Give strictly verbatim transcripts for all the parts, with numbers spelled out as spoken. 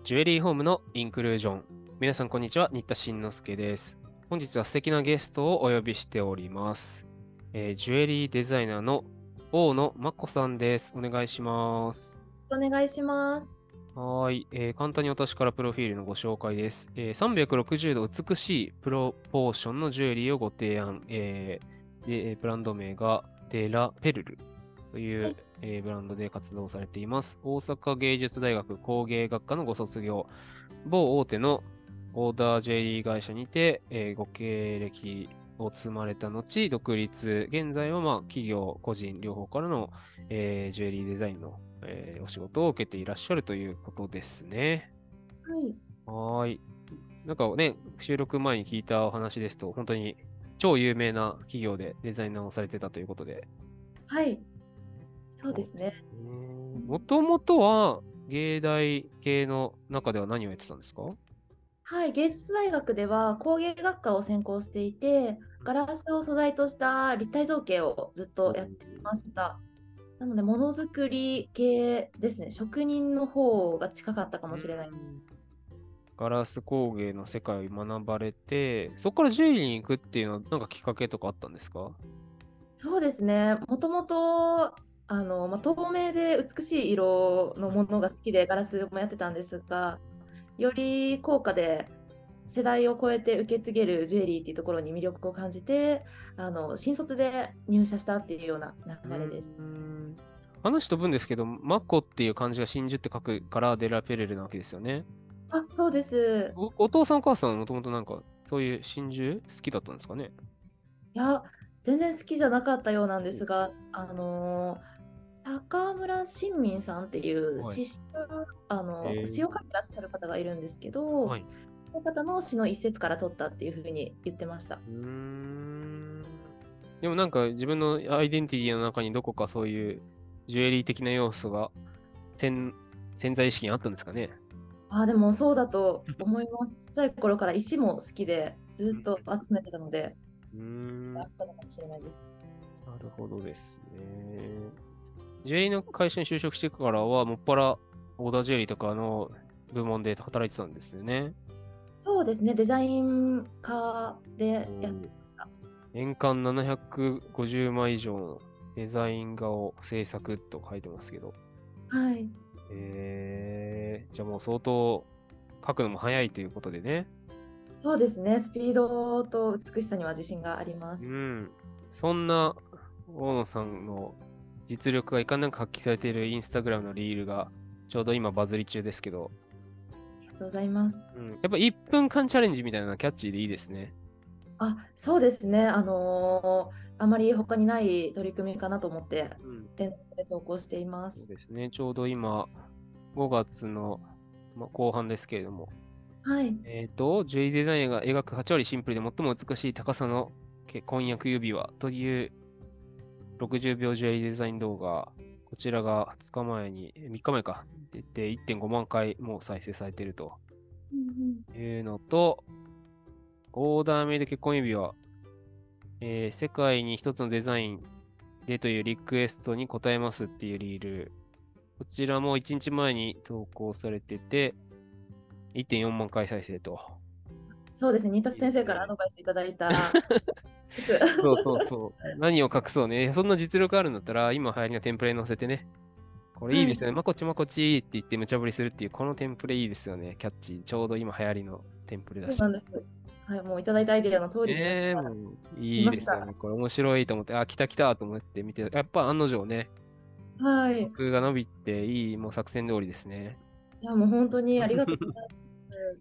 ジュエリーホームのインクルージョン。皆さん、こんにちは。新田慎之介です。本日は素敵なゲストをお呼びしております。えージュエリーデザイナーの大野真子さんです。お願いします。 お願いします。 はーい、えー簡単に私からプロフィールのご紹介です。えーさんびゃくろくじゅうど美しいプロポーションのジュエリーをご提案。えーで、ブランド名がデラペルルという、 はい。 えーブランドで活動されています。大阪芸術大学工芸学科のご卒業。某大手のオーダー ジェーリー 会社にて、えーご経歴を積まれた後、独立。現在は、まあ、企業、個人、両方からの、えージュエリーデザインの、えーお仕事を受けていらっしゃるということですね。 はい。 はーい。なんかね、収録前に聞いたお話ですと、本当に超有名な企業でデザイナーをされてたということで。 はい。そうそうですですね。 ね。もともとは芸大系の中では何をやってたんですか？ はい。芸術大学では工芸学科を専攻していて、ガラスを素材とした立体造形をずっとおやっていました。なので、ものづくり系ですね。職人の方が近かったかうもしれないです。 ん。ガラス工芸の世界を学ばれて、そこからジュエリーに行くっていうのは、なんかきっかけとかあったんですか？ そうですね。もともと、あの、まあ、透明で美しい色のものが好きでガラスもやってたんですが、より高価で世代を超えて受け継げるジュエリーっていうところに魅力を感じて、あの新卒で入社したっていうようなう流れです。 ーん。話飛ぶんですけど、マコっていう漢字が真珠って書くからデラペレルなわけですよね。 あ、そうです。 お、お父さんお母さんはもともとなんか、そういう真珠好きだったんですかね。 いや、全然好きじゃなかったようなんでうん。 すが、あのー坂村新民さんっていうはい。 詩集、あの詩を書えー、 いてらっしゃる方がいるんですけど、 はい。 その方の詩の一節から取ったっていうふうに言ってました。 うーん。でもなんか自分のアイデンティティの中にどこかそういうジュエリー的な要素が潜、潜在意識にあったんですかね。 あ、でもそうだと思います。ちっちゃい頃から石も好きでずっうんと集めてたので、 うーん。 あったのかもしれないです。 なるほどですね。ジュエリーの会社に就職してからは、もっぱらオーダージュエリーとかの部門で働いてたんですよね。 そうですね、デザイン科でやっておー。 ました。 年間ななひゃくごじゅうまい以上のデザイン画を制作と書いてますけど。 はい。 えー、じゃあもう相当書くのも早いということでね。 そうですね、スピードと美しさには自信があります。 うん。そんな大野さんの実力がいかんなく発揮されているインスタグラムのリールがちょうど今バズり中ですけど、 ありがとうございます。 うん。やっぱいっぷんかんチャレンジみたいなのがキャッチーでいいですね。 あ、そうですね、あのーあまり他にない取り組みかなと思って、 うん。 連続で投稿しています。 そうですね。ちょうど今、ごがつの、ま、後半ですけれども、 はい。 えっと、ジュエリーデザイナーが描くはち割シンプルで最も美しい高さのけ婚約指輪というろくじゅうびょうジュエリーデザイン動画、こちらがふつかまえに、みっかまえか、出ていってんごまん回もう再生されているとうんいうのと、オーダーメイド結婚指輪、えー世界に一つのデザインでというリクエストに応えますっていうリール、こちらもいちにちまえに投稿されてて、いってんよんまん回再生と。 そうですね、新田いいで先生からアすね。 ドバイスいただいた服。 そうそうそう。何を隠そうね。そんな実力あるんだったら、今流行りのテンプレに載せてね。これいいはい。 ですよね。まこちまこちって言って無茶ぶりするっていう、このテンプレいいですよね。キャッチー。ちょうど今流行りのテンプレだし。 そうなんです。はい、もういただいたアイデアの通りにやってええもうみました。 いいですよね。これ面白いと思って、あ、来た来たと思って見て、やっぱ案の定ね、 はい。 僕が伸びていい、もう作戦通りですね。 いや、もう本当にありがとうございます。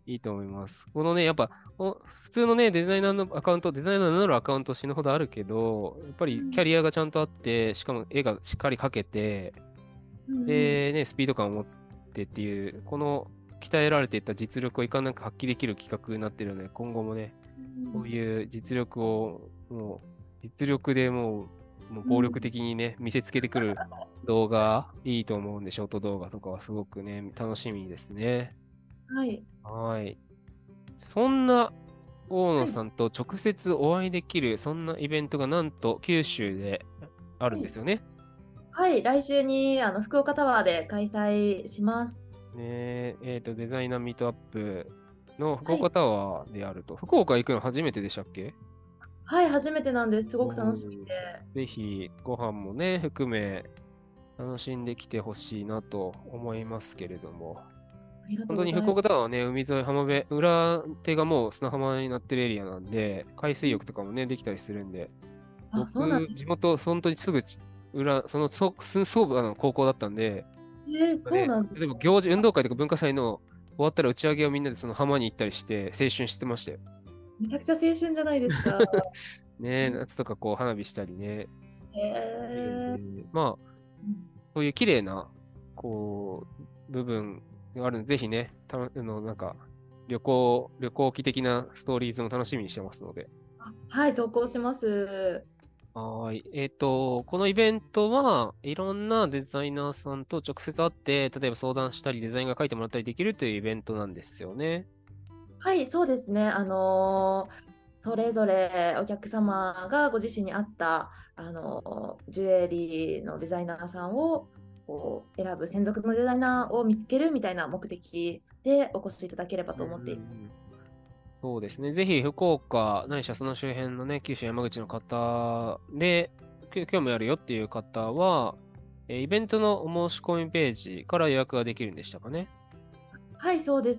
いいと思います。このね、やっぱ、お普通のね、デザイナーのアカウント、デザイナーの名乗るアカウント死ぬほどあるけど、やっぱりキャリアがちゃんとあって、しかも絵がしっかり描けて、 うんうん。 で、ね、スピード感を持ってっていう、この鍛えられていった実力をいかんなく発揮できる企画になっているので、今後もね、こういう実力を、もう、実力でもう、もう暴力うん。 的にね、見せつけてくる動画、いいと思うんで、ショート動画とかはすごくね、楽しみですね。 はい。 はい。そんな大はい。 野さんと直接お会いできる、そんなイベントがなんと九州であるはい。 んですよね。 はい。来週にあの福岡タワーで開催します。 ね。えっと、デザイナーミートアップの福はい、 岡タワーであると。福岡行くの初めてでしたっけ？ はい、初めてなんです。すごく楽しみおーで。 ぜひ、ご飯もね、含め、楽しんできてほしいなと思いますけれども。 ありがと本当に福うございます。 岡タワーはね、海沿い、浜辺、裏手がもう砂浜になってるエリアなんで、海水浴とかもね、できたりするんで、 あ、そうなん僕、 です。 地元、本当にすぐち裏、その、そす総部の高校だったんで、 えー、そうね、 なんです。 例えば行事、運動会とか文化祭の終わったら打ち上げをみんなでその浜に行ったりして、青春してましたよ。 めちゃくちゃ青春じゃないですか。 ね、夏とかこう花火したりね、 へいるんえ。 で、まあ、そういう綺麗な、こう、部分があるので、ぜひね、たあの、なんか、旅行、旅行記的なストーリーズも楽しみにしてますので。 あ、はい、投稿します。 はーい。えっと、このイベントはいろんなデザイナーさんと直接会って、例えば相談したり、デザインが書いてもらったりできるというイベントなんですよね。 はい、そうですね。あのーそれぞれお客様がご自身に合った、あのージュエリーのデザイナーさんをこう選ぶ専属のデザイナーを見つけるみたいな目的でお越しいただければうんうんうと思っています。 んそうですね。ぜひ、福岡、ないしはその周辺のね、九州、山口の方で、き興味あるよっていう方は、えーイベントのお申し込みページから予約ができるんでしたかね。 はい、そうです。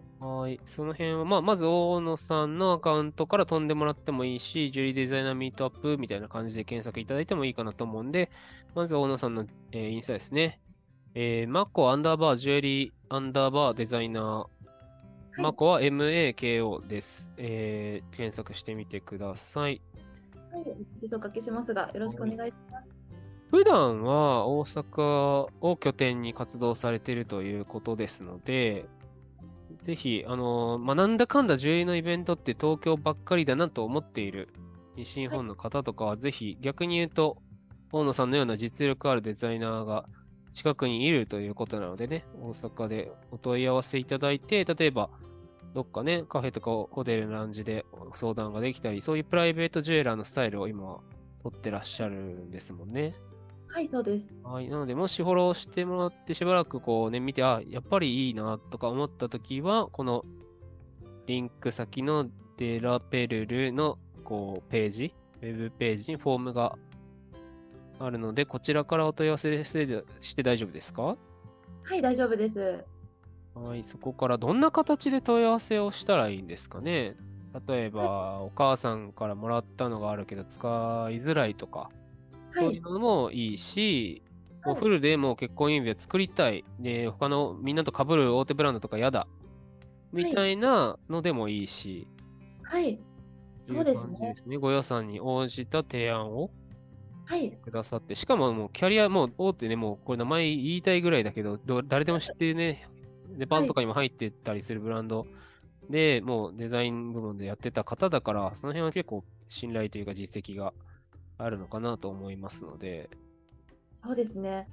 はい。その辺は、まあ、まず大野さんのアカウントから飛んでもらってもいいし、ジュリーデザイナーミートアップみたいな感じで検索いただいてもいいかなと思うんで、まず大野さんの、えーインスタですね。えー、マコアンダーバージュエリーアンダーバーデザイナー。 はい、 マコは エムエーケーオー です。えー、検索してみてください。 はい、手数おかけしますが、よろしくおはい。 願いします。 普段は大阪を拠点に活動されているということですので、ぜひ、あのーまあ、なんだかんだジュエリーのイベントって東京ばっかりだなと思っている西日はい、 本の方とかは、ぜひ逆に言うと、大野さんのような実力あるデザイナーが近くにいるということなのでね、大阪でお問い合わせいただいて、例えば、どっかね、カフェとかホテルのラウンジで相談ができたり、そういうプライベートジュエラーのスタイルを今、取ってらっしゃるんですもんね。 はい、そうです。 はい。なので、もしフォローしてもらってしばらくこうね、見て、あ、やっぱりいいなとか思ったときは、このリンク先のデラペルルのこうページ、ウェブページにフォームがあるので、こちらからお問い合わせして大丈夫ですか？ はい、大丈夫です。 はい。そこからどんな形で問い合わせをしたらいいんですかね？例えはい、 ば、お母さんからもらったのがあるけど使いづらいとか、 はい、 そういうのもいいし、もうはい、 フルでもう結婚指輪作りたい。で、他のみんなと被る大手ブランドとか嫌だ。みはい、 たいなのでもいいし、 はい、 いうそうですね。 感じですね。ご予算に応じた提案をはい、 くださって、しかももうキャリア、もう大手ね、もうこれ名前言いたいぐらいだけど、ど誰でも知ってるね、デパーはい、 トとかにも入ってたりするブランドで、もうデザイン部門でやってた方だから、その辺は結構信頼というか実績があるのかなと思いますので、 そうですね。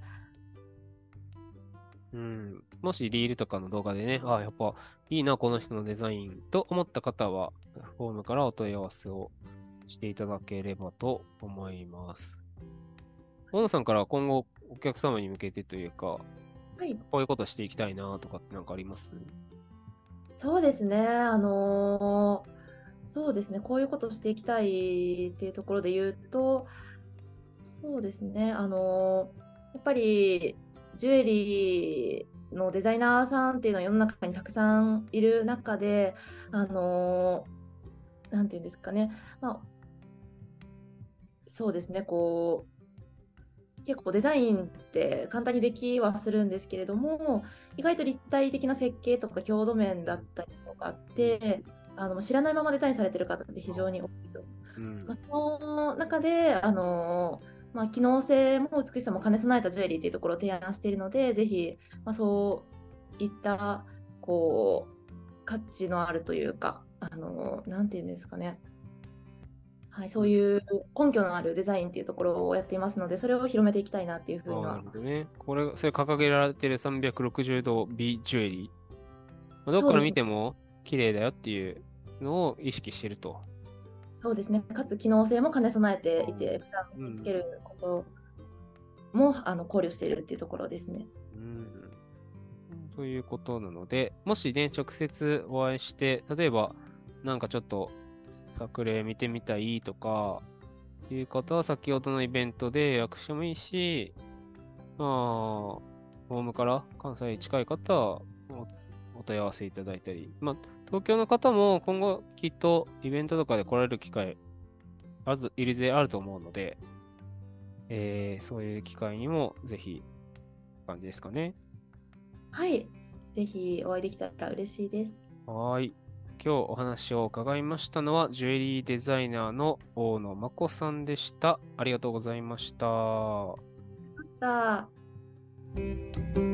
うん、もしリールとかの動画でね、ああ、やっぱいいな、この人のデザインと思った方は、フォームからお問い合わせをしていただければと思います。大野さんから今後お客様に向けてというか、 はい、 こういうことしていきたいなとかってなんかあります？ そうですね。あのーそうですね。こういうことをしていきたいっていうところで言うと、そうですね。あのーやっぱりジュエリーのデザイナーさんっていうのは世の中にたくさんいる中で、あのーなんていうんですかね。まあ、そうですね。こう、結構デザインって簡単にできはするんですけれども、意外と立体的な設計とか強度面だったりとかっうん。 て、あの知らないままデザインされてる方って非常あに多いと。まあ、 うん。 その中で、あのまあ、機能性も美しさも兼ね備えたジュエリーっていうところを提案しているので、ぜひ、まあ、そういったこう価値のあるというか、あのなんていうんですかね、はい、そういう根拠のあるデザインっていうところをやっていますので、それを広めていきたいなっていうふうああ、なには。 るほどね。これ、それ掲げられてるさんびゃくろくじゅうど美ジュエリー。まあどっからそうですね。 見ても綺麗だよっていうのを意識してると。 そうですね。かつ機能性も兼ね備えあていて、 ー普段うん。 身につけることもあの考慮しているっていうところですね。 うん。 ということなので、もしね、直接お会いして、例えば、なんかちょっと作例見てみたいとか、いう方は先ほどのイベントで予約してもいいし、まあ、ホームから関西に近い方はお、お問い合わせいただいたり、まあ、東京の方も今後きっとイベントとかで来られる機会、あるいるぜあると思うので、えーそういう機会にもぜひ、感じですかね。 はい。ぜひお会いできたら嬉しいです。 はーい。今日お話を伺いましたのは、ジュエリーデザイナーの大野真子さんでした。ありがとうございました。 ました。